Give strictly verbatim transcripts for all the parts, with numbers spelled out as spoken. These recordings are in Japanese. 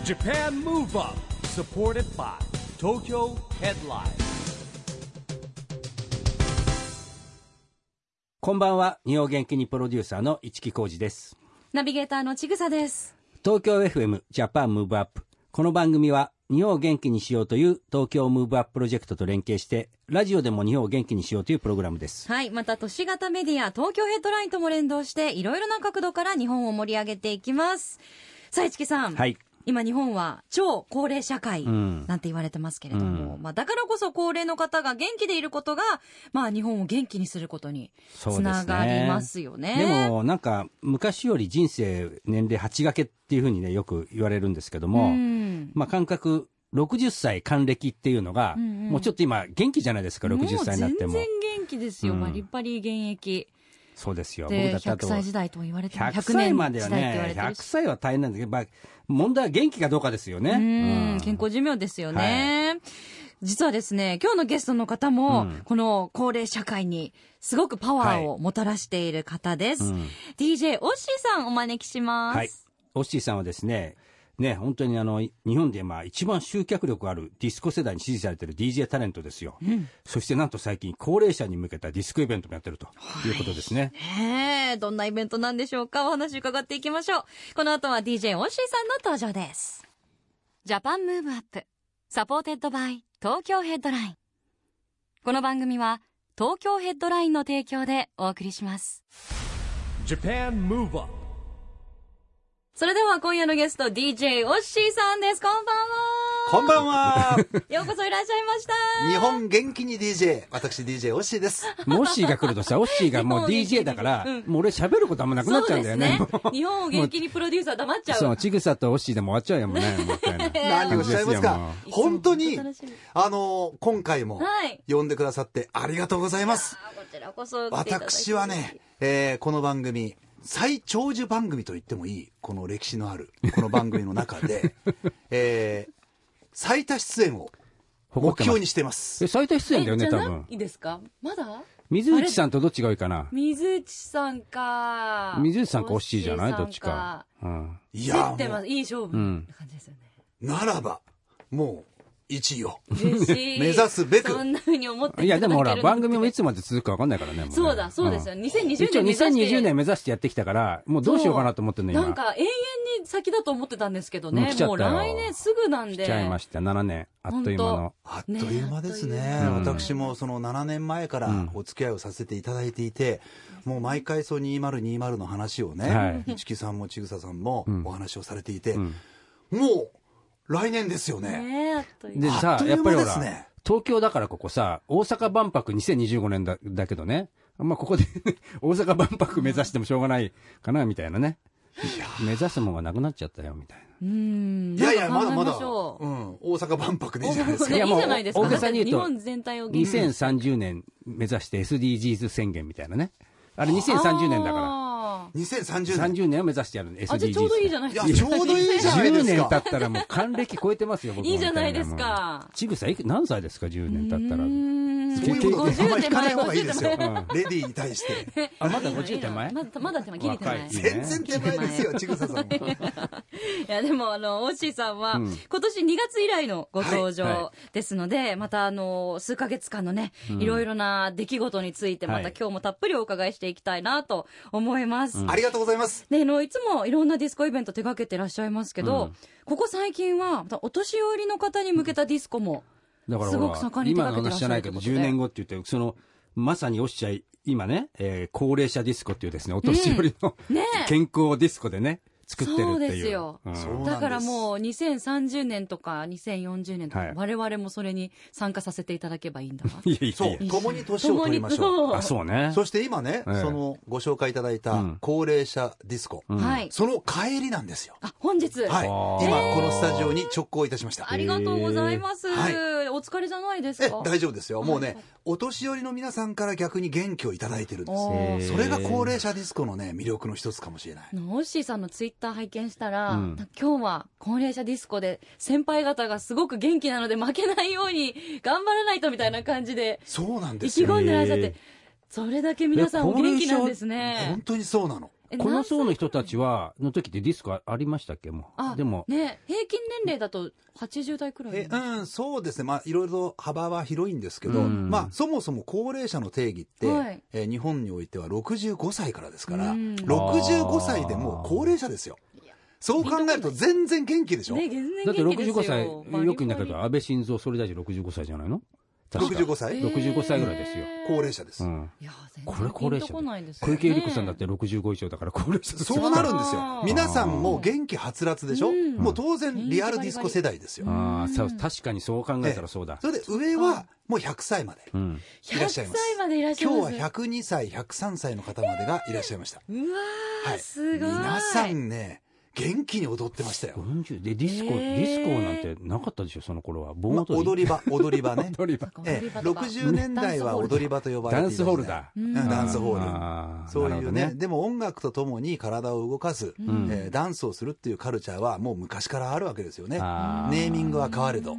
Japan Move Up supported by Tokyo Headline。 こんばんは。日本元気にプロデューサーの市木浩司です。 ナビゲーターのちぐさです。 東京 エフエム ジャパンムーブアップ。この番組は日本を元気にしようという東京ムーブアッププロジェクトと連携してラジオでも日本を元気にしようというプログラムです。 はい。また都市型メディア東京ヘッドラインとも連動していろいろな角度から日本を盛り上げていきます。さあ市木さん、 はい、 今日本は超高齢社会なんて言われてますけれども、うん、まあ、だからこそ高齢の方が元気でいることが、まあ、日本を元気にすることにつながりますよね。 でもなんか昔より人生年齢はち掛けっていうふうにねよく言われるんですけども、うん、まあ、感覚ろくじゅっさい還暦っていうのが、うんうん、もうちょっと今元気じゃないですか。ろくじゅっさいになってももう全然元気ですよ、うん、バリバリ現役そうですよ。 で僕だってあとひゃくさい時代と言われてる、 ひゃくさいまではね、ひゃくさいは大変なんだけど、まあ、問題は元気かどうかですよね。 うん、うん、健康寿命ですよね、はい、実はですね今日のゲストの方も、うん、この高齢社会にすごくパワーをもたらしている方です、はい、うん、ディージェー オッシーさんお招きします。 はい、オッシーさんはですねね、本当にあの日本でまあ一番集客力あるディスコ世代に支持されている ディージェー タレントですよ、うん、そしてなんと最近高齢者に向けたディスコイベントもやってるということですね、 はい、ねえどんなイベントなんでしょうか。お話伺っていきましょう。この後は ディージェー オッシーさんの登場です。ジャパンムーブアップサポーテッドバイ東京ヘッドライン。この番組は東京ヘッドラインの提供でお送りします。 Japan Move Up。 それでは今夜のゲスト ディージェー オッシーさんです。こんばんは。 こんばんは。 ようこそいらっしゃいました。 日本元気に ディージェー 私 ディージェー オッシーです。 もうオッシーが来るとさオッシーがもう ディージェー だから、うん、もう俺喋ることあんまなくなっちゃうんだよね。 そうですね。日本を元気にプロデューサー黙っちゃう。 そうちぐさとオッシーでも終わっちゃうよもうねみたいな何をおっしゃいますか。本当にあの今回も呼んでくださってありがとうございます、 はい、こちらこそ私はね、えー、この番組最長寿番組と言ってもいいこの歴史のあるこの番組の中で、えー、最多出演を目標にしてます。 え最多出演だよね多分。 いいですかまだ水内さんとどっちが多いかな。 水内さんか水内さんかオッシーじゃないどっちか、 うん、いやってます。いい勝負って感じですよね、 うん、ならばもういちいを嬉しい目指すべくそんな風に思っていただける。 いやでもほら番組もいつまで続くか分かんないからね。もうねそうだそうですよ、うん、にせんにじゅうねん目指してにせんにじゅうねん目指してやってきたからもうどうしようかなと思ってんの今。 なんか永遠に先だと思ってたんですけどね、うん、もう来年すぐなんで来ちゃいましたななねんあっという間のあっという間です ね, ね、うん、私もそのななねんまえからお付き合いをさせていただいていて、うん、もう毎回そうにせんにじゅうの話をね、はい、市木さんもちぐささんもお話をされていて、うん、もう来年ですよね。 ねあっというで間。 さやっぱりほら東京だからここさ大阪万博にせんにじゅうごねん だ, だけどねまあここで大阪万博目指してもしょうがないかなみたいなね。いや目指すものがなくなっちゃったよみたいな。 うーんいやいやまだまだ、うん、大阪万博でいいじゃないですか。 いやもういいじゃないですか。 大げさに言うと日本全体をにせんさんじゅうねん目指して エスディージーズ 宣言みたいなね。あれにせんさんじゅうねんだからにせんさんじゅうねんさんじゅうねんを目指してやるの エスディージーズ。 あじゃあちょうどいいじゃないですか。 いやちょうどいいじゃないですか。 じゅうねん経ったらもう還暦超えてますよ僕いいじゃないですか。 ちぐさ何歳ですかじゅうねん経ったら。 そういうことあんまり引かない方がいいですよ、うん、レディーに対してあまだごじゅう手前まだまだ手前ギリ手前、ね、 全然手前ですよちぐささんもいやでもあのオッシーさんは、うん、今年にがつ以来のご登場ですので、はいはい、またあの数ヶ月間のね、うん、いろいろな出来事についてまた今日もたっぷりお伺いしていきたいなと思います、 うん、ありがとうございます。 でのいつもいろんなディスコイベント手掛けてらっしゃいますけど、うん、ここ最近はまたお年寄りの方に向けたディスコも、うんだからほら今の話じゃないけどじゅうねんごって言ってそのまさにおっしゃい今ね、えー、高齢者ディスコっていうですねお年寄りの、うんね、健康ディスコでね作ってるっていう。 そうですよ、うん、だからもうにせんさんじゅうねんとかにせんよんじゅうねんとか、はい、我々もそれに参加させていただけばいいんだないやいやそう共に年を取りましょう。 あそうね。 そして今ね、ええ、そのご紹介いただいた高齢者ディスコ、うん、その帰りなんですよ。 あ本日、 はい、今このスタジオに直行いたしました。 ありがとうございます、はい、お疲れじゃないですか。 え大丈夫ですよ。もうね、はい、お年寄りの皆さんから逆に元気をいただいてるんです。それが高齢者ディスコのね魅力の一つかもしれない。 オッシーさんのツイッター拝見したらうん、今日は高齢者ディスコで先輩方がすごく元気なので負けないように頑張らないとみたいな感じでそうなんですよ意気込んでらっしゃって、それだけ皆さんお元気なんですね。 本当にそうなの。 この層の人たちはの時ってディスコありましたっけ？もうでも、 ね、平均年齢だとはちじゅう代くらい。 えうん、そうですね、まあ、いろいろ幅は広いんですけど、 うんまあ、そもそも高齢者の定義って、 はい、 えー日本においてはろくじゅうごさいからですから、 うん、 ろくじゅうごさいでもう高齢者ですよ。そう考えると全然元気でしょ、 ね、全然元気ですよ。 だってろくじゅうごさい、よく言うんだけど、安倍晋三総理大臣ろくじゅうごさいじゃないの？ ろくじゅうごさい、 ろくじゅうごさいぐらいですよ。 高齢者です。 うん、 いや全これ高齢者ピンとこないですね。 小池百合子さんだってろくじゅうご以上だから高齢者です。 そうなるんですよ。皆さんも元気はつらつでしょ、うん、もう当然リアルディスコ世代ですよ。 ああ、そう、確かにそう考えたらそうだ。 それで上はもうひゃくさいまでいらっしゃいます。 ひゃくさいまでいらっしゃいます。 今日はひゃくにさい、ひゃくさんさいの方までがいらっしゃいました。 うわー、はい、すごい。 皆さんね、元気に踊ってましたよ。 でディスコ、ディスコなんてなかったでしょ、その頃は。 盆踊り、ま、踊り場、踊り場ね。 踊り場。 ええ、ろくじゅうねんだいは踊り場と呼ばれていた。 ダンスホールだ。 うん、ダンスホール。そういうね、ね、でも音楽とともに体を動かす、うん、えー、ダンスをするっていうカルチャーはもう昔からあるわけですよね。ネーミングは変われど。うん、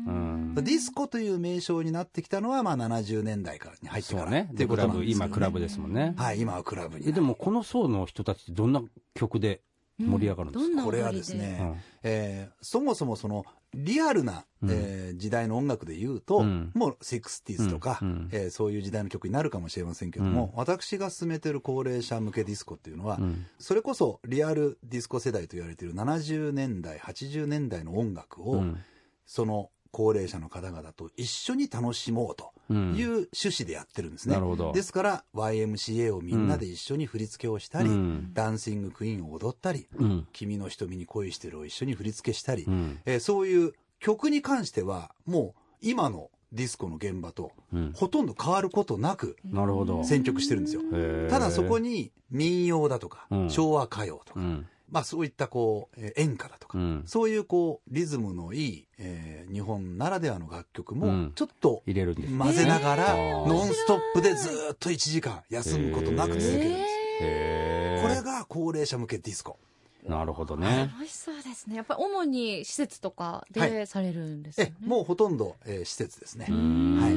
ディスコという名称になってきたのはまあななじゅうねんだいからに入ってから。 ね。で、クラブ、今クラブですもんね。 はい、今はクラブに。 え、でもこの層の人たちってどんな曲で盛り上がるんですか？ うん、 これはですね、うん、えー、そもそもそのリアルな、えー、時代の音楽で言うと、うん、もうろくじゅうとか、うん、えー、そういう時代の曲になるかもしれませんけども、うん、私が進めてる高齢者向けディスコっていうのは、うん、それこそリアルディスコ世代と言われているななじゅうねんだいはちじゅうねんだいの音楽を、うん、その高齢者の方々と一緒に楽しもうという趣旨でやってるんですね、うん、ですから ワイエムシーエー をみんなで一緒に振り付けをしたり、うん、ダンシングクイーンを踊ったり、うん、君の瞳に恋してるを一緒に振り付けしたり、うん、えー、そういう曲に関してはもう今のディスコの現場とほとんど変わることなく選曲してるんですよ、うん、ただそこに民謡だとか、うん、昭和歌謡とか、うん、まあ、そういったこう、えー、演歌だとか、うん、そういうこうリズムのいい、えー、日本ならではの楽曲もちょっと混ぜながら、うん、ノンストップでずっといちじかん休むことなく続けるんです、えー、これが高齢者向けディスコ。 なるほどね。 楽しそうですね。やっぱり主に施設とかでされるんですよね。 はい、えもうほとんど、えー、施設ですね。はい。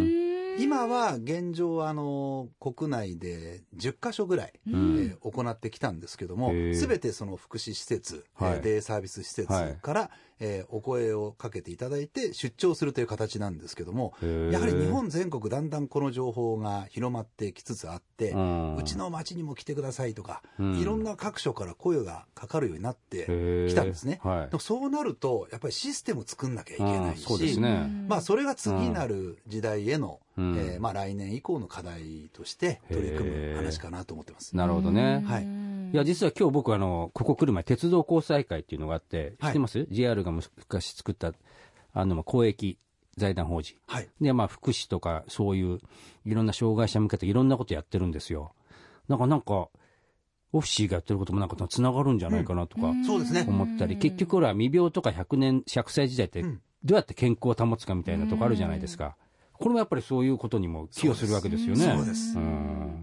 今は現状あの国内でじゅっかしょぐらい、うん、えー、行ってきたんですけども、すべてその福祉施設、はい、デイサービス施設から、はい、えー、お声をかけていただいて出張するという形なんですけども、やはり日本全国だんだんこの情報が広まってきつつあって、うん、うちの町にも来てくださいとか、うん、いろんな各所から声がかかるようになってきたんですね、はい、そうなるとやっぱりシステム作んなきゃいけないし、 そうですね、 まあ、それが次なる時代への、うん、えー、まあ、来年以降の課題として取り組む話かなと思ってます。 なるほどね、 はい、 いや実は今日僕あのここ来る前鉄道交際会っていうのがあって、知ってます？はい、ジェイアール が昔作ったあの公益財団法人、はい、でまあ福祉とかそういういろんな障害者向けていろんなことやってるんですよ。なんかなんかオフィシーがやってることもなんかつながるんじゃないかなとか思ったり、結局は未病とかひゃくねんひゃくさい時代ってどうやって健康を保つかみたいなとこあるじゃないですか。これもやっぱりそういうことにも寄与するわけですよね。 そうです。うん、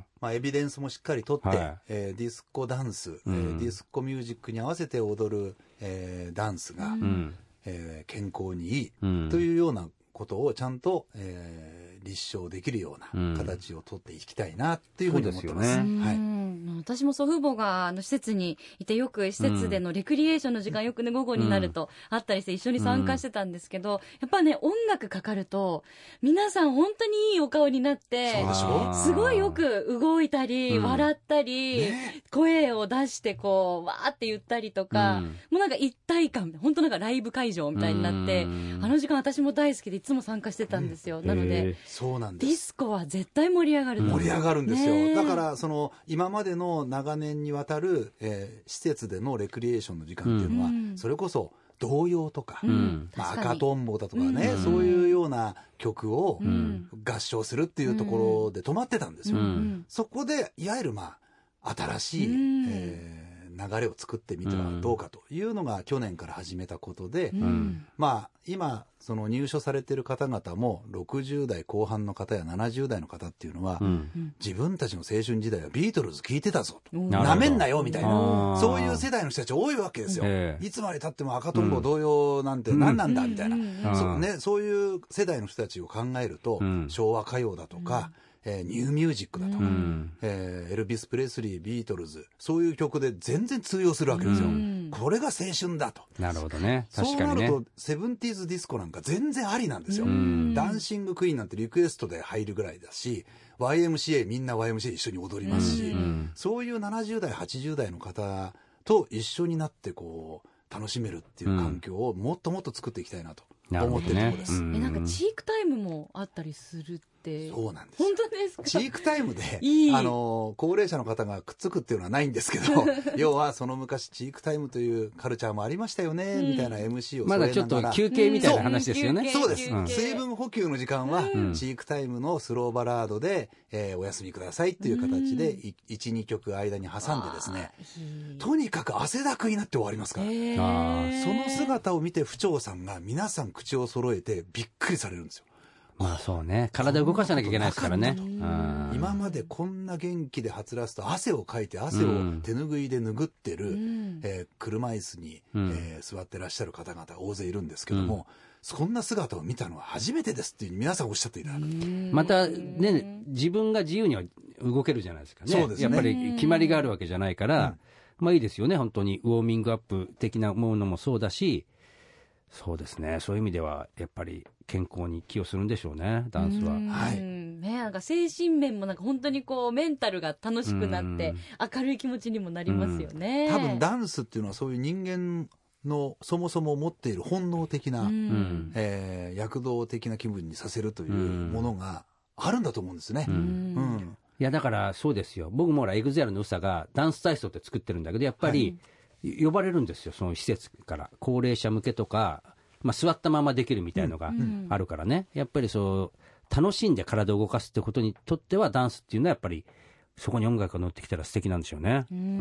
まあ、エビデンスもしっかりとって、はい、えー、ディスコダンス、うん、えー、ディスコミュージックに合わせて踊る、えー、ダンスが、うん、えー、健康にいい、うん、というようなことをちゃんと、えー立証できるような形を取っていきたいなっていうふうに思ってます。 うん、 はい、私も祖父母があの施設にいて、よく施設でのレクリエーションの時間、よくね午後になるとあったりして一緒に参加してたんですけど、うん、やっぱね音楽かかると皆さん本当にいいお顔になって、すごいよく動いたり、うん、笑ったり、ね、声を出してこうわーって言ったりとか、うん、もうなんか一体感、本当なんかライブ会場みたいになって、うん、あの時間私も大好きでいつも参加してたんですよ、うん、なのでそうなんです。 ディスコは絶対盛り上がる、 盛り上がるんですよ、ね、だからその今までの長年にわたる、えー、施設でのレクリエーションの時間っていうのは、うん、それこそ童謡とか、うん、まあ、赤とんぼだとかね、うん、そういうような曲を合唱するっていうところで止まってたんですよ、うん、そこでいわゆるまあ新しい、うん、えー流れを作ってみてはどうかというのが去年から始めたことで、うん、まあ今その入所されている方々もろくじゅうだいこう半の方やななじゅうだいの方っていうのは、うん、自分たちの青春時代はビートルズ聴いてたぞと、なめんなよみたいな、そういう世代の人たち多いわけですよ、えー、いつまでたっても赤とんぼ童謡なんて何なんだみたいな、うん、そうね、そういう世代の人たちを考えると、うん、昭和歌謡だとか、 えー、ニューミュージックだとか、うんえー、エルビス・プレスリー、ビートルズ、そういう曲で全然通用するわけですよ、うん、これが青春だと。 なるほどね、確かにね。 そうなるとセブンティーズディスコなんか全然ありなんですよ、うん、ダンシングクイーンなんてリクエストで入るぐらいだし、 ワイエムシーエー みんな ワイエムシーエー 一緒に踊りますし、うん、そういうななじゅう代はちじゅう代の方と一緒になってこう楽しめるっていう環境をもっともっと作っていきたいなと思ってるところです、 うん、えなんかチークタイムもあったりするって。 そうなんです。 本当ですか。 チークタイムでいいあの高齢者の方がくっつくっていうのはないんですけど要はその昔チークタイムというカルチャーもありましたよね、うん、みたいな エムシー をまだちょっと休憩みたいな話ですよね、 うん、 そうです、うん、水分補給の時間は、うん、チークタイムのスローバラードで、えー、お休みくださいっていう形で、うん、いち、にきょく間に挟んでですね、とにかく汗だくになって終わりますから、あその姿を見て府長さんが皆さん口を揃えてびっくりされるんですよ。 まあそうね、体を動かさなきゃいけないですからね。 今までこんな元気ではつらつと汗をかいて汗を手拭いで拭ってる、うんえー、車椅子に、うんえー、座ってらっしゃる方々大勢いるんですけども、うん、そんな姿を見たのは初めてですっていう皆さんおっしゃっていただく。 またね、自分が自由には動けるじゃないですかね。そうですね。やっぱり決まりがあるわけじゃないから、うん、まあいいですよね、本当にウォーミングアップ的なものもそうだし、そうですね、そういう意味ではやっぱり健康に寄与するんでしょうね、ダンスは。 はい、ね、なんか精神面もなんか本当にこうメンタルが楽しくなって明るい気持ちにもなりますよね。 多分ダンスっていうのはそういう人間のそもそも持っている本能的な、うんえー、躍動的な気分にさせるというものがあるんだと思うんですね。うんうんいやだからそうですよ、僕もほらエグゼルのうさがダンス体操って作ってるんだけど、やっぱり、はい呼ばれるんですよ、その施設から。高齢者向けとか、まあ、座ったままできるみたいのがあるからね、うん、やっぱりそう楽しんで体を動かすってことにとってはダンスっていうのはやっぱりそこに音楽が乗ってきたら素敵なんでしょうね。うん、うん、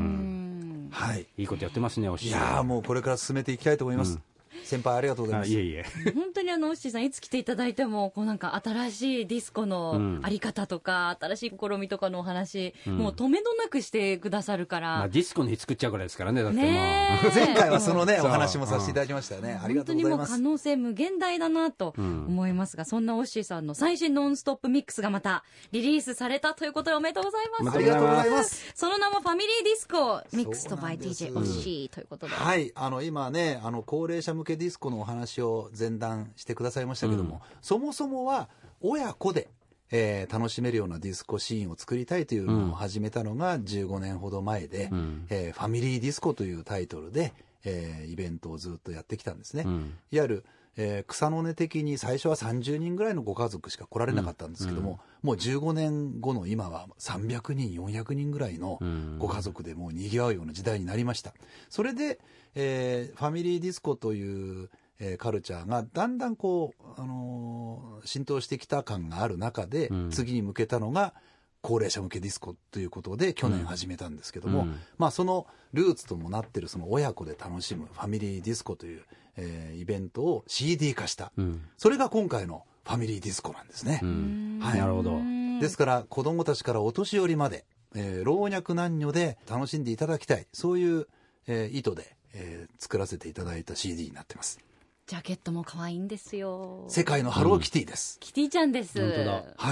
はい、 いいことやってますね、おっしゃ。 いやもうこれから進めていきたいと思います、うん先輩ありがとうございます。 いえいえ本当にあのオッシーさんいつ来ていただいてもこうなんか新しいディスコのあり方とか、うん、新しい試みとかのお話、うん、もう止めどなくしてくださるから、 まあ、ディスコの日作っちゃうからですからね。だってもうね前回はそのねお話もさせていただきましたよね、うん、ありがとうございます。 本当にもう可能性無限大だなと思いますが、うん、そんなオッシーさんの最新ノンストップミックスがまたリリースされたということでおめでとうございます。 ありがとうございます。 その名もファミリーディスコミックスとバイ ディージェー オッシーということで、 はい、あの今ねあの高齢者向けディスコのお話を前段してくださいましたけども、うん、そもそもは親子で、えー、楽しめるようなディスコシーンを作りたいというのを始めたのがじゅうごねんほど前で、うんえー、ファミリーディスコというタイトルで、えー、イベントをずっとやってきたんですね、うん、いわゆる、えー、草の根的に最初はさんじゅうにんぐらいのご家族しか来られなかったんですけども、うんうん、もうじゅうごねんごの今はさんびゃくにんよんひゃくにんぐらいのご家族でもう賑わうような時代になりました。それで、えー、ファミリーディスコというえー、カルチャーがだんだんこう、あのー、浸透してきた感がある中で、うん、次に向けたのが高齢者向けディスコということで去年始めたんですけども、うん、まあそのルーツともなっているその親子で楽しむファミリーディスコという、えー、イベントを シーディー 化した、うん、それが今回のファミリーディスコなんですね、うんはい、 なるほど。 ですから子どもたちからお年寄りまで、えー、老若男女で楽しんでいただきたい、そういう、えー、意図で、えー、作らせていただいた シーディー になってます。 ジャケットも可愛いんですよ。 世界のハローキティです、 うん、キティちゃんです。 本当だ。 はい。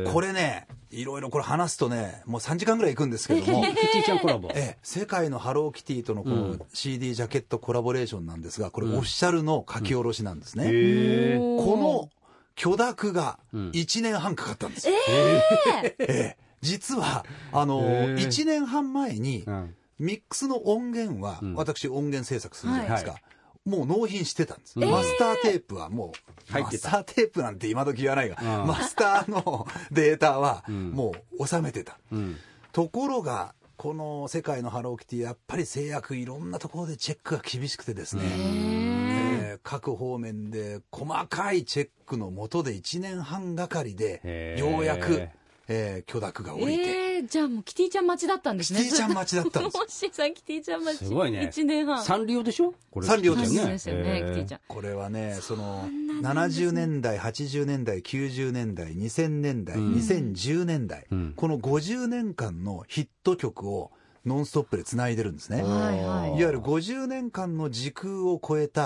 これね、いろいろこれ話すとね、もうさんじかんぐらい行くんですけども、 キティちゃんコラボ。 ええ、世界のハローキティとのこの シーディー ジャケットコラボレーションなんですが、これオフィシャルの書き下ろしなんですね。うん、この許諾がいちねんはんかかったんですよ。 えーええ、実はあのいちねんはん前にミックスの音源は、うん、私音源制作するじゃないですか。はい、もう納品してたんです、えー、マスターテープはもう入ってた。マスターテープなんて今時言わないが、うん、マスターのデータはもう収めてた、うん、ところがこの世界のハローキティやっぱり制約いろんなところでチェックが厳しくてですね、えー、各方面で細かいチェックの下でいちねんはんがかりでようやくえー、許諾が下りて、 えー、じゃあもうキティちゃん待ちだったんですね。 キティちゃん待ちだったんです。 もしさんキティちゃん待ち。 すごいね。 いちねんはん。 サンリオでしょ？ これサンリオですね。 サンリオですよね、キティちゃん。 これはね、そのななじゅうねんだい、はちじゅうねんだい、きゅうじゅうねんだい、にせんねんだい、うん、にせんじゅうねんだい、うん、このごじゅうねんかんのヒット曲をノンストップでつないでるんですね。はいはい、いわゆるごじゅうねんかんの時空を超えた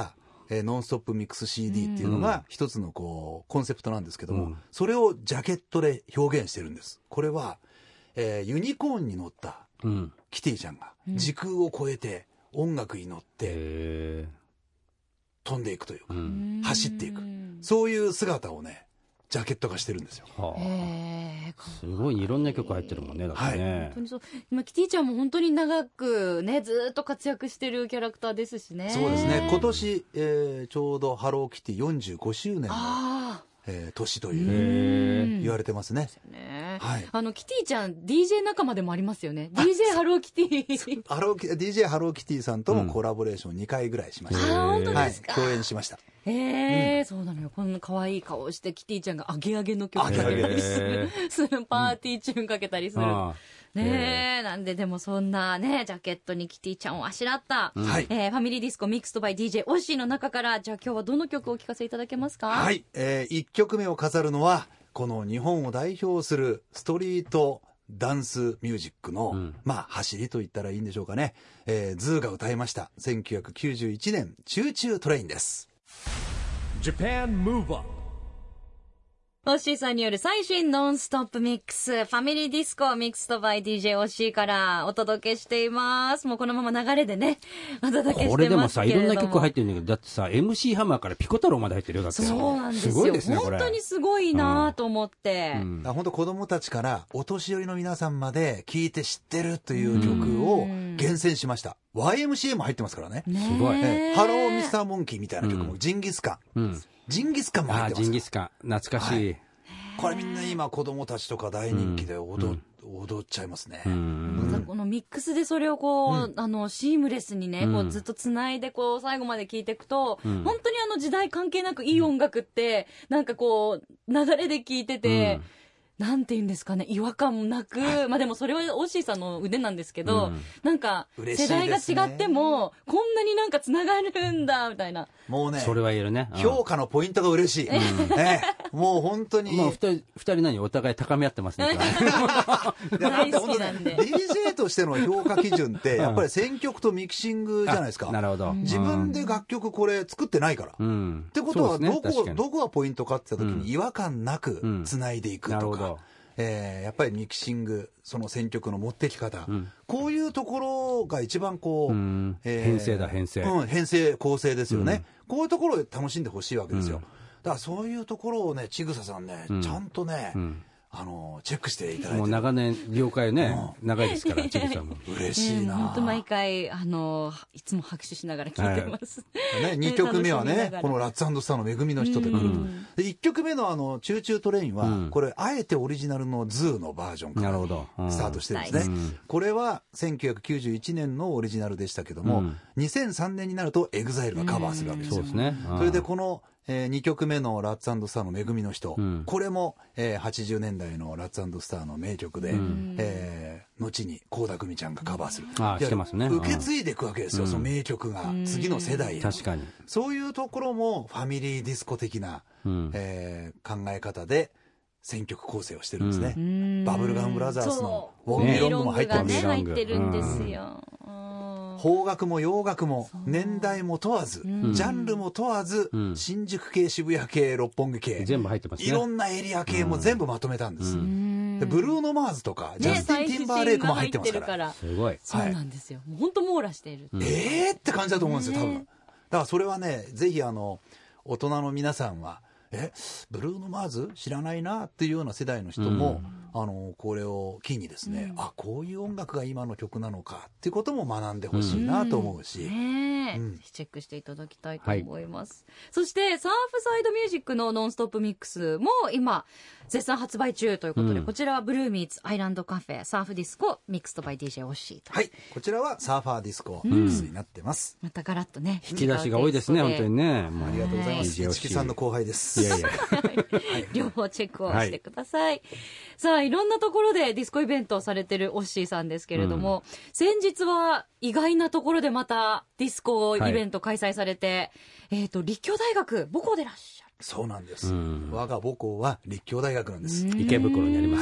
えー、ノンストップミックス シーディー っていうのが一つのこうコンセプトなんですけども、 うん、 それをジャケットで表現してるんです。これは、えー、ユニコーンに乗ったキティちゃんが時空を超えて音楽に乗って飛んでいくというか、うん、走っていく、そういう姿をねジャケット化してるんですよ。はあ、すごいいろんな曲入ってるもんね。だってね、はい、 本当にそう。今キティちゃんも本当に長くねずっと活躍してるキャラクターですしね。 そうですね。今年、えー、ちょうどハローキティよんじゅうごしゅうねんの、えー、年という言われてますね。 ね、 はい、 あのキティちゃん ディージェー 仲間でもありますよね。 ディージェー ハローキティハロー ディージェー ハローキティさんともコラボレーションにかいぐらいしました、 うん、あ、本当ですか。 はい、共演しました。 えーうん、そうなのよ。こんな可愛い顔をしてキティちゃんがアゲアゲの曲かけたりするするパーティーチューンかけたりする、うん、ねえ、なんででもそんなねジャケットにキティちゃんをあしらった、うん、えー、ファミリーディスコミックスドバイ ディージェー オッシーの中から、じゃあ今日はどの曲をお聴かせいただけますか。 はい、えー、いっきょくめを飾るのはこの日本を代表するストリートダンスミュージックの、うん、まあ走りと言ったらいいんでしょうかね、えー、ズーが歌いましたせんきゅうひゃくきゅうじゅういちねんチューチュートレインです。 Japan Move Up。 オッシーさんによる最新ノンストップミックスファミリーディスコミックスドバイ ディージェー オッシーからお届けしています。もうこのまま流れでねお届けしてますけれども、 これでもさいろんな曲入ってるんだけど、だってさ エムシー ハマーからピコ太郎まで入ってるよ。だってそうなんですよ。 すごいですね。これ本当にすごいなと思って、うん、 本当子供たちからお年寄りの皆さんまで聴いて知ってるという曲を厳選しました。 ワイエムシーエー も入ってますからね。 ね、 すごい、 えハローミスターモンキーみたいな曲も、うん、ジンギスカン、うん、ジンギスカンも入ってます。 あ、ジンギスカン懐かしい、はい、 これみんな今子供たちとか大人気で 踊,、うん、踊っちゃいますね。 うん、このミックスでそれをこう、うん、あのシームレスにね、こうずっとつないでこう最後まで聴いていくと、うん、本当にあの時代関係なくいい音楽ってなんかこう流れで聴いてて、うん、なんていうんですかね、違和感もなく、はい、まあでもそれはオッシーさんの腕なんですけど、うん、なんか世代が違ってもこんなになんかつながるんだみたいな。 もうね、 それは言えるね、 うん、評価のポイントが嬉しい、うんね、もう本当に、 まあ、二人、二人何お互い高め合ってますね大好きなんで。 ディージェー としての評価基準ってやっぱり選曲とミキシングじゃないですか。 なるほど。 自分で楽曲これ作ってないから、うん、ってことはどこ、ね、どこがポイントかって言った時に違和感なくつないでいくとか、うんうん、なるほど。えー、やっぱりミキシング、その選曲の持ってき方、うん、こういうところが一番こう、うんえー、編成だ編成、 うん、編成構成ですよね、うん、こういうところを楽しんでほしいわけですよ、うん、だからそういうところをねちぐささんね、うん、ちゃんとね、うんあのチェックしていただいて、 もう長年業界ね、うん、長いですからちぐさんも嬉しいな。 本当毎回あのいつも拍手しながら聞いてます、 はいね、にきょくめはねこのラッツ&スターの恵みの人で来る、うん、でいっきょくめのあのチューチュートレインは、うん、これあえてオリジナルのズーのバージョンからスタートしてるんですね、うん、これはせんきゅうひゃくきゅうじゅういちねんのオリジナルでしたけども、うん、にせんさんねんになるとエグザイルがカバーするわけですよ、 うん、そうですね、 それでこのえー、にきょくめのラッツ&スターの恵みの人、うん、これも、えー、はちじゅうねんだいのラッツ&スターの名曲で、うんえー、後に倖田來未ちゃんがカバーする、 あしてますね、 受け継いでいくわけですよ、うん、その名曲が次の世代へ。 確かにそういうところもファミリーディスコ的な、うんえー、考え方で選曲構成をしてるんですね、うん、バブルガムブラザーズのウォンビーロングも入ってます、 ね、入ってるんですよ、 邦楽も洋楽も年代も問わず、うん、ジャンルも問わず、うん、新宿系渋谷系六本木系全部入ってますね。 いろんなエリア系も全部まとめたんです、うん、でブルーノ・マーズとか、ね、ジャスティン・ティンバーレイクも入ってますからすごい、そうなんですよ、もう本当網羅している、 うん、えーって感じだと思うんですよ多分、ね、だからそれはねぜひあの大人の皆さんはえブルーノ・マーズ知らないなっていうような世代の人も、うん、あのこれを機にですね、うん、あこういう音楽が今の曲なのかっていうことも学んでほしいなと思うし、 うんねうん、チェックしていただきたいと思います、はい、そしてサーフサイドミュージックのノンストップミックスも今絶賛発売中ということで、うん、こちらはブルーミーツアイランドカフェサーフディスコミックスドバイ ディージェー オッシーと、 はい、こちらはサーファーディスコミックスになってます、 うん、またガラッとね引き出しが多いですね本当にね、 まあ、ありがとうございます。市木さんの後輩です。 いやいや両方チェックをしてください、はい、さあいろんなところでディスコイベントをされてるオッシーさんですけれども、うん、先日は意外なところでまたディスコイベント開催されて、はい、えーと立教大学母校でいらっしゃる。 そうなんです、うん、我が母校は立教大学なんです。 池袋にありますね。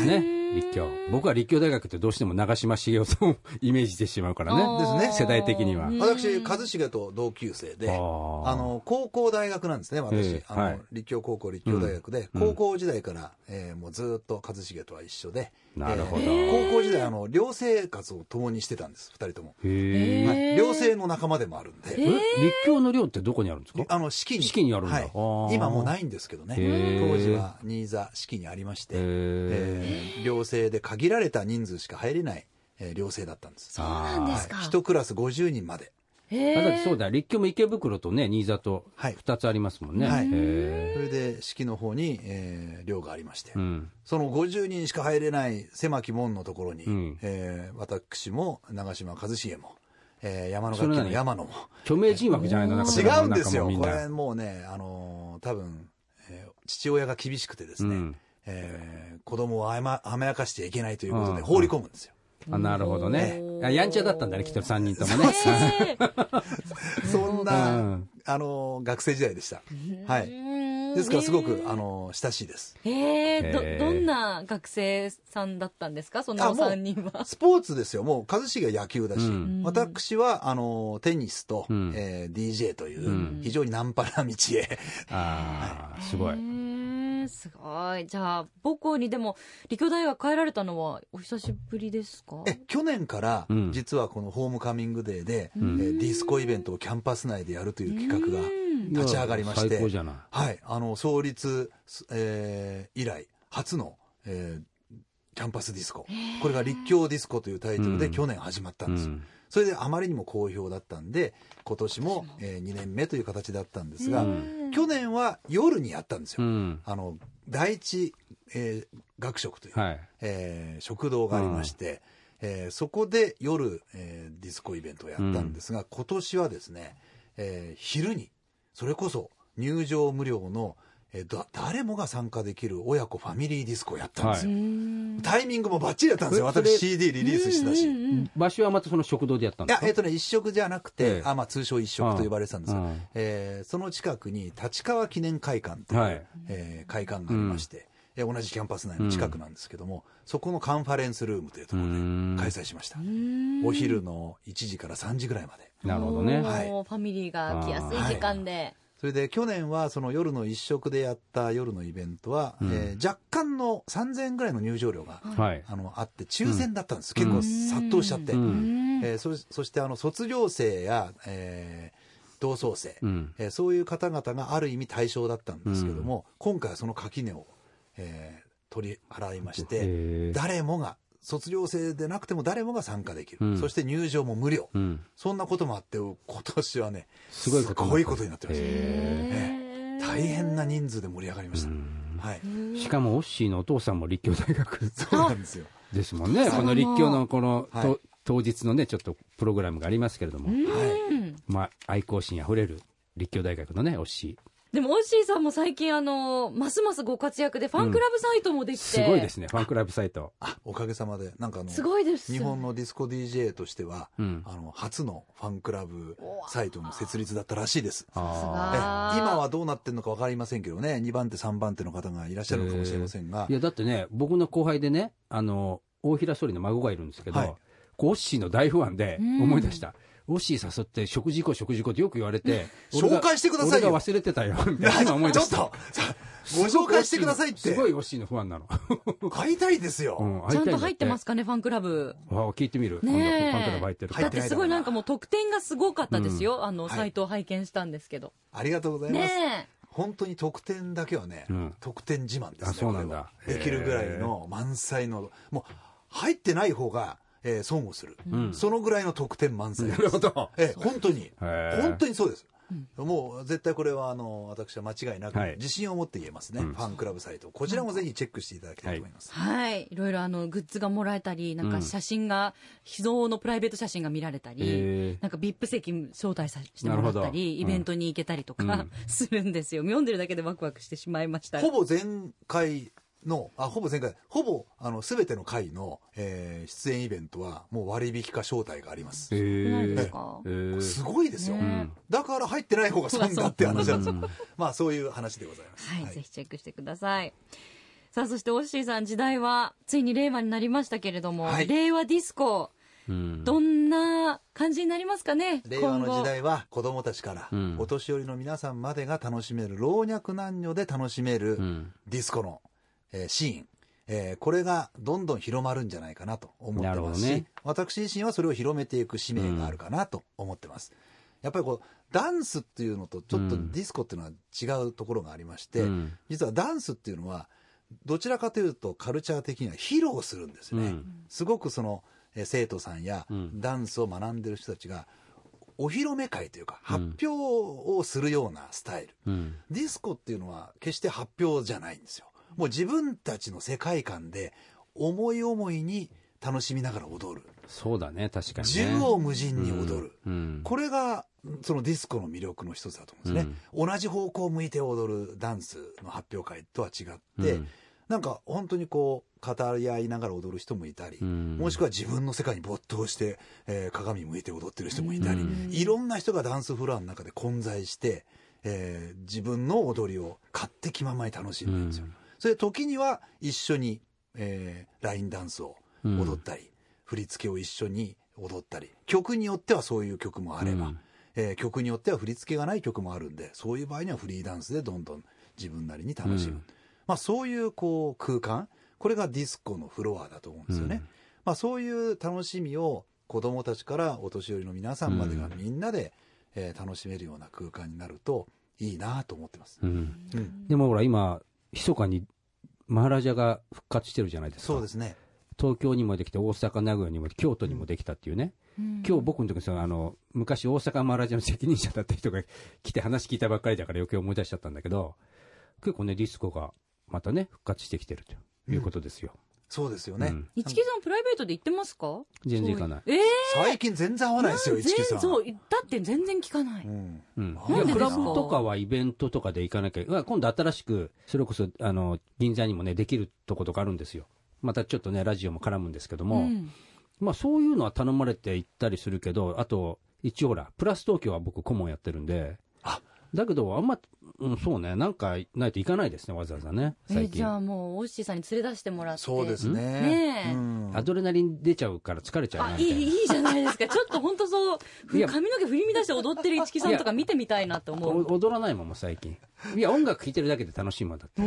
立教。僕は立教大学ってどうしても長嶋茂雄さんをイメージしてしまうからね。 ですね。 世代的には。 私、一茂と同級生で、あの、高校大学なんですね、私。あの、はい、立教高校、立教大学で、うん、高校時代から、えー、もうずっと一茂とは一緒で、 なるほど。 えー、高校時代、あの、寮生活を共にしてたんです、二人とも。へー。はい、寮生の仲間でもあるんで。 え、立教の寮ってどこにあるんですか？ あの、四季に。 四季にあるんだ。はい、 今もうないんですけどね。当時は新座四季にありまして、えー、寮生で限られた人数しか入れない、えー、寮生だったんです。 そうなんですか。 一クラスごじゅうにんまで。 へー。そうだ、立教も池袋とね、新座と二つありますもんね。はい。 へー。それで四季の方に、えー、寮がありまして、うん、そのごじゅうにんしか入れない狭き門のところに、うん、えー、私も長嶋一茂も、えー、山の楽器の山野も。 著名人枠じゃないの？なんか違うんですよ。これもうね、あのー、多分、えー、父親が厳しくてですね、うん、えー、子供を甘やかしてはいけないということで放り込むんですよ。 うん、あ、なるほどね。やんちゃだったんだね、きっとさんにんともね。 そんな、うん、あのー、学生時代でした。はい。ですからすごく、あの親しいです。 へえ、どどんな学生さんだったんですか、そのさんにんは。 スポーツですよ。もう一茂は野球だし、うん、私はあのテニスと、うん、えー、ディージェー という、うん、非常にナンパな道へ。 ああ、すごい。 すごい。じゃあ母校にでも立教大学帰られたのはお久しぶりですか？ え去年から、うん、実はこのホームカミングデーで、うん、えー、ディスコイベントをキャンパス内でやるという企画が立ち上がりまして、はい、あの創立、えー、以来初の、えー、キャンパスディスコ、これが立教ディスコというタイトルで去年始まったんですよ。うん、それであまりにも好評だったんで今年も、えー、にねんめという形だったんですが、去年は夜にやったんですよ。うん、あの第一、えー、学食という、はい、えー、食堂がありまして、うん、えー、そこで夜、えー、ディスコイベントをやったんですが、うん、今年はですね、えー、昼にそれこそ入場無料の、えー、だ誰もが参加できる親子ファミリーディスコをやったんですよ。はい、タイミングもバッチリやったんですよ。私 シーディー リリースしたし。 場所はまたその食堂でやったんですか？ いや、えっ、ー、とね、一食じゃなくて、えー、あ、まあ通称一食と呼ばれてたんですが、えー、その近くに立川記念会館という、はい、えー、会館がありまして、うん、同じキャンパス内の近くなんですけども、うん、そこのカンファレンスルームというところで開催しました。お昼のいちじからさんじぐらいまで。 なるほどね。 はい、ファミリーが来やすい時間で。はい、 それで去年はその夜の一食でやった夜のイベントは、うん、えー、若干のさんぜんえんぐらいの入場料が、はい、あのあって抽選だったんです、うん、結構殺到しちゃって、うん、えー、そ, そしてあの卒業生や、えー、同窓生、うん、えー、そういう方々がある意味対象だったんですけども、うん、今回はその垣根を、えー、取り払いまして、誰もが卒業生でなくても誰もが参加できる、うん、そして入場も無料、うん、そんなこともあって今年はねすごいことになってます、ね、大変な人数で盛り上がりました、はい、 しかもオッシーのお父さんも立教大学そうなんですよですもんね。この立教のこの、はい、当日のねちょっとプログラムがありますけれども、はい、まあ、愛好心あふれる立教大学のねオッシーでもオッシーさんも最近あのますますご活躍でファンクラブサイトもできて、うん、 すごいですね。ファンクラブサイト、 あおかげさまでなんかあのすごいです。 日本のディスコ ディージェー としては、うん、あの初のファンクラブサイトの設立だったらしいです。あえ今はどうなってるのか分かりませんけどね、にばん手さんばん手の方がいらっしゃるかもしれませんが、 いやだってね僕の後輩でねあの大平総理の孫がいるんですけど、はい、オッシーの大ファンで思い出した、うん、オッシー誘って食事行こう食事行こうってよく言われて紹介してくださいよ。 俺が忘れてたよみたいな思い出した。 ちょっとご紹介してくださいって。 すごいオッシーのファンなの。 会いたいですよ、 うん、ちゃんと入ってますかねファンクラブ。 あ聞いてみる、ね、今度ファンクラブ入ってるか。 だってすごいなんかもう特典がすごかったですよ、うん、あのサイトを拝見したんですけど、 はい、ありがとうございます、ね、本当に特典だけはね、うん、特典自慢ですね。 あそうなんだ。 できるぐらいの満載のもう入ってない方がえー、損をする、うん、そのぐらいの特典満載です。なるほど、えー、本当に本当にそうです、うん、もう絶対これはあの私は間違いなく、はい、自信を持って言えますね、うん、ファンクラブサイトこちらもぜひチェックしていただきたいと思います、 はい、はい、いろいろあのグッズがもらえたりなんか写真が、うん、秘蔵のプライベート写真が見られたり、なんか ブイアイピー 席招待さしてもらったりイベントに行けたりとか、うん、するんですよ。読んでるだけでワクワクしてしまいました。 ほぼ全回のあほぼ前回ほぼあの全ての回の、えー、出演イベントはもう割引か招待があります。へー、すごいですよ、ね、だから入ってない方が損だって話なんですよまあそういう話でございます、 はいはい、ぜひチェックしてください。 さあそしてオッシーさん、時代はついに令和になりましたけれども、はい、令和ディスコ、うん、どんな感じになりますかね。 令和の時代は子どもたちからお年寄りの皆さんまでが楽しめる、老若男女で楽しめるディスコの、えー、シーン、えー、これがどんどん広まるんじゃないかなと思ってますし、ね、私自身はそれを広めていく使命があるかなと思ってます、うん、やっぱりこうダンスっていうのとちょっとディスコっていうのは違うところがありまして、うん、実はダンスっていうのはどちらかというとカルチャー的には披露するんですね、うん、すごくその生徒さんやダンスを学んでる人たちがお披露目会というか発表をするようなスタイル、うん、ディスコっていうのは決して発表じゃないんですよ。もう自分たちの世界観で思い思いに楽しみながら踊る。 そうだね、確かにね。 縦横無尽に踊る、うんうん、これがそのディスコの魅力の一つだと思うんですね、うん、同じ方向を向いて踊るダンスの発表会とは違って、うん、なんか本当にこう語り合いながら踊る人もいたり、うん、もしくは自分の世界に没頭して、えー、鏡向いて踊ってる人もいたり、うん、いろんな人がダンスフロアの中で混在して、えー、自分の踊りを勝手気ままに楽しんでるんですよ、うん、それ時には一緒に、えー、ラインダンスを踊ったり、うん、振り付けを一緒に踊ったり、曲によってはそういう曲もあれば、うん、えー、曲によっては振り付けがない曲もあるんで、そういう場合にはフリーダンスでどんどん自分なりに楽しむ、うん、まあ、そういうこう空間、これがディスコのフロアだと思うんですよね、うん、まあ、そういう楽しみを子どもたちからお年寄りの皆さんまでがみんなで、うん、えー、楽しめるような空間になるといいなと思ってます、うんうん、でもほら今密かにマハラジャが復活してるじゃないですか。 そうですね。 東京にもできて大阪名古屋にも京都にもできたっていうね、うん、今日僕のところあの昔大阪マハラジャの責任者だった人が来て話聞いたばっかりだから余計思い出しちゃったんだけど、結構ねディスコがまたね復活してきてるということですよ、うん、 そうですよね、うん、 市木さんプライベートで行ってますか？ 全然行かない。 えー、 最近全然会わないですよ市木さん。 そうだって全然聞かない、うんうん、いやクラブとかはイベントとかで行かなきゃ、今度新しくそれこそあの銀座にもねできるとことかあるんですよ。またちょっとねラジオも絡むんですけども、うん、まあそういうのは頼まれて行ったりするけど、あと一応ほらプラス東京は僕顧問やってるんで、あだけどあんま、うん、そうね、なんかないといかないですね、わざわざね最近。 えじゃあもうオッシーさんに連れ出してもらって。 そうですね、 ね、 うん、アドレナリン出ちゃうから疲れちゃうなみたいな。 あいいいいじゃないですかちょっと本当そう髪の毛振り乱して踊ってる市木さんとか見てみたいなと思う。 踊らないもんも最近。いや音楽聴いてるだけで楽しいもんだって。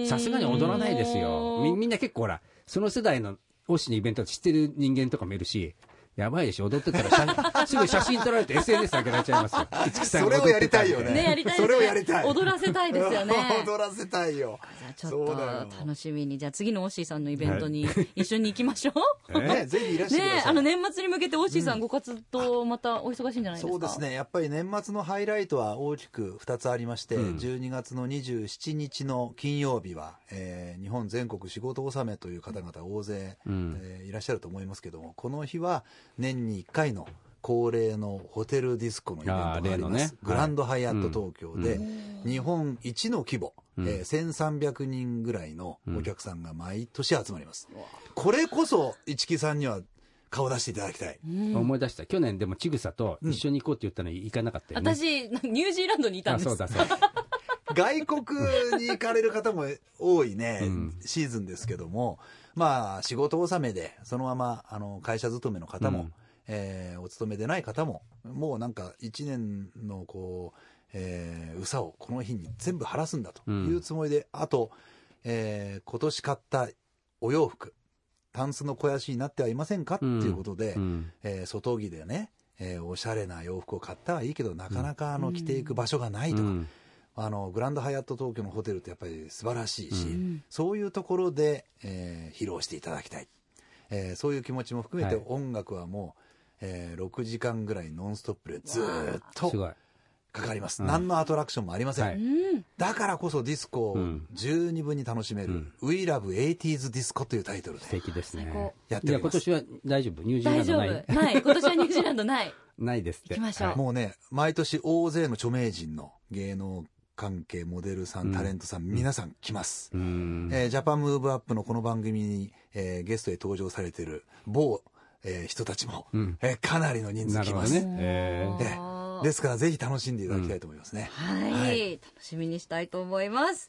さすがに踊らないですよ。 み, みんな結構ほらその世代のオッシーのイベント知ってる人間とかもいるし、やばいでしょ、踊ってたらすぐ写真撮られて エスエヌエス 上げられちゃいますよ。市木さんそれをやりたいよね。 ね、やりたいですね。 それをやりたい。 踊らせたいですよね。 踊らせたいよ。 じゃあちょっと楽しみに、じゃあ次のオッシーさんのイベントに一緒に行きましょう。 ね、ぜひいらっしゃいください。 ね、あの年末に向けてオッシーさんご活動またお忙しいんじゃないですか？ そうですね。やっぱり年末のハイライトは大きくふたつありまして、うん、じゅうにがつのにじゅうしちにちの金曜日は、えー、日本全国仕事納めという方々大勢、うんえー、いらっしゃると思いますけども、この日は年にいっかいの恒例のホテルディスコのイベントがあります、ね、グランドハイアット東京で、はいうん、日本一の規模、うんえー、せんさんびゃくにんぐらいのお客さんが毎年集まります、うん、これこそ市木さんには顔出していただきたい、 うん、思い出した。去年でもちぐさと一緒に行こうって言ったのに行かなかったよね、 うん、私ニュージーランドにいたんです。 あそうだそうだ外国に行かれる方も多いね、うん、シーズンですけども、まあ仕事納めでそのままあの会社勤めの方も、うんえー、お勤めでない方ももうなんかいちねんのこう、えー、うさをこの日に全部晴らすんだというつもりで、うん、あと、えー、今年買ったお洋服タンスの肥やしになってはいませんか、うん、っていうことで、うんえー、外着でね、えー、おしゃれな洋服を買ったはいいけどなかなかあの着ていく場所がないとか、うんあのグランドハイアット東京のホテルってやっぱり素晴らしいし、うん、そういうところで、えー、披露していただきたい、えー、そういう気持ちも含めて、はい、音楽はもう、えー、ろくじかんぐらいノンストップでずっとかかります、うん、何のアトラクションもありません、はい、だからこそディスコを十二分に楽しめる、うん、We Love エイティーズ ディスコというタイトルで素敵ですね。 やっております。 いや今年は大丈夫？ニュージーランドない？ 大丈夫ない今年はニュージーランドないないですって。 行きましょう、はい、 もうね毎年大勢の著名人の芸能関係モデルさんタレントさん、うん、皆さん来ます、うんえー、ジャパンムーブアップのこの番組に、えー、ゲストへ登場されている某、えー、人たちも、うんえー、かなりの人数来ます、ねえーえー、ですからぜひ楽しんでいただきたいと思いますね、 うん、はい、はい、楽しみにしたいと思います。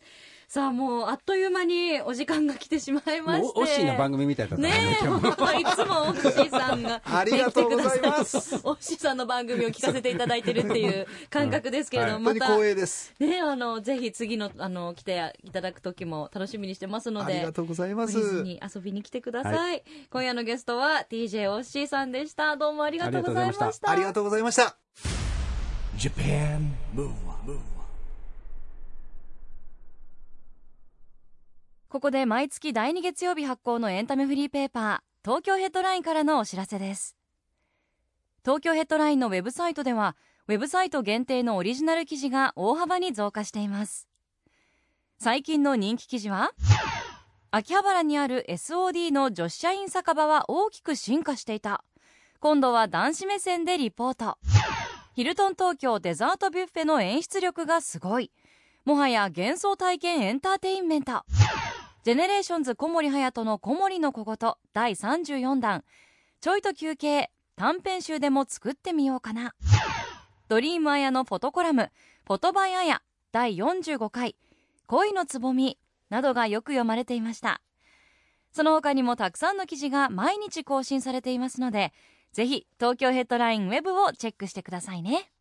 さあもうあっという間にお時間が来てしまいまして、 オッシーの番組みたいだったねえ、本当いつもオッシーさんがありがとうございます。 オッシーさんの番組を聞かせていただいてるっていう感覚ですけれども、 うんはい、 また本当に光栄です。 ね、あのぜひ次のあの来ていただく時も楽しみにしてますので、 ありがとうございます。 懲りずに遊びに来てください。はい、今夜のゲストは ディージェー オッシーさんでした。どうもありがとうございました。 ありがとうございました。 Japan Move Up。 ここで毎月だいに月曜日発行のエンタメフリーペーパー東京ヘッドラインからのお知らせです。東京ヘッドラインのウェブサイトではウェブサイト限定のオリジナル記事が大幅に増加しています。最近の人気記事は、秋葉原にある エスオーディー の女子社員酒場は大きく進化していた。今度は男子目線でリポート。ヒルトン東京デザートビュッフェの演出力がすごい。もはや幻想体験エンターテインメント。ジェネレーションズ小森隼人の小森の小言だいさんじゅうよんだん。ちょいと休憩短編集でも作ってみようかな。ドリームあやのフォトコラムフォトバイあやだいよんじゅうごかい恋のつぼみなどがよく読まれていました。その他にもたくさんの記事が毎日更新されていますので、ぜひ東京ヘッドラインウェブをチェックしてくださいね。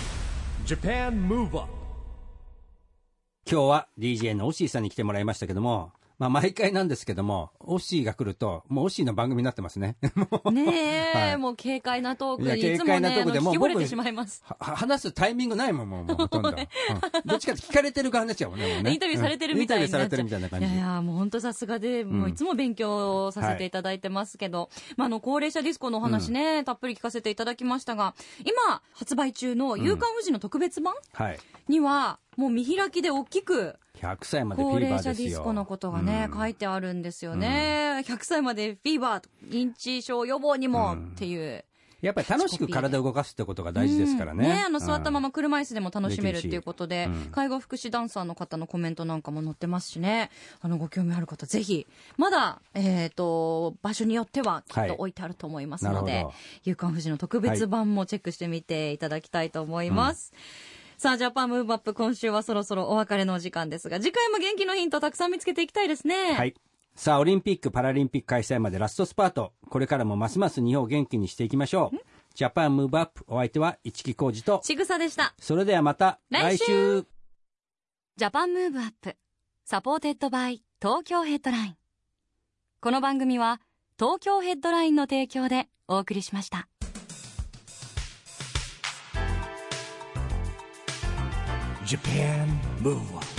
Japan Move Up。 今日は ディージェー のオッシーさんに来てもらいましたけども、まあ、毎回なんですけども、オッシーが来ると、もうオッシーの番組になってますね。 ねえ、 はい、 もう軽快なトークにいいつもね、 で聞き惚れてしまいます。 話すタイミングないもん、もう、もうほとんど、うん。どっちかって聞かれてる側になっちゃうもんね、もうね。 インタビューされてるみたいになっちゃう。 インタビューされてるみたいな感じ。 いやいや、もう本当さすがで、もういつも勉強させていただいてますけど、はい、まあ、あの、高齢者ディスコのお話ね、うん、たっぷり聞かせていただきましたが、今、発売中の夕刊フジの特別版、うんはい、には、もう見開きで大きく、 ひゃくさいまでフィーバーですよ。 高齢者ディスコのことがね、うん、書いてあるんですよね、うん、ひゃくさいまでフィーバー、認知症予防にもっていう、うん、 やっぱり楽しく体を動かすってことが大事ですからね、 うん、ね、あの座ったまま車椅子でも楽しめるっていうことで、うん、介護福祉ダンサーの方のコメントなんかも載ってますしね、あのご興味ある方ぜひ、まだ、えー、と場所によってはきっと置いてあると思いますので、はい、夕刊フジの特別版もチェックしてみていただきたいと思います、はい。うん、さあジャパンムーブアップ、今週はそろそろお別れのお時間ですが、次回も元気のヒントたくさん見つけていきたいですね。 はい。さあオリンピックパラリンピック開催までラストスパート、これからもますます日本を元気にしていきましょう。ジャパンムーブアップ、お相手は市木浩二とちぐさでした。 それではまた来週。 来週ジャパンムーブアップサポーテッドバイ東京ヘッドライン。この番組は東京ヘッドラインの提供でお送りしました。 Japan Move Up。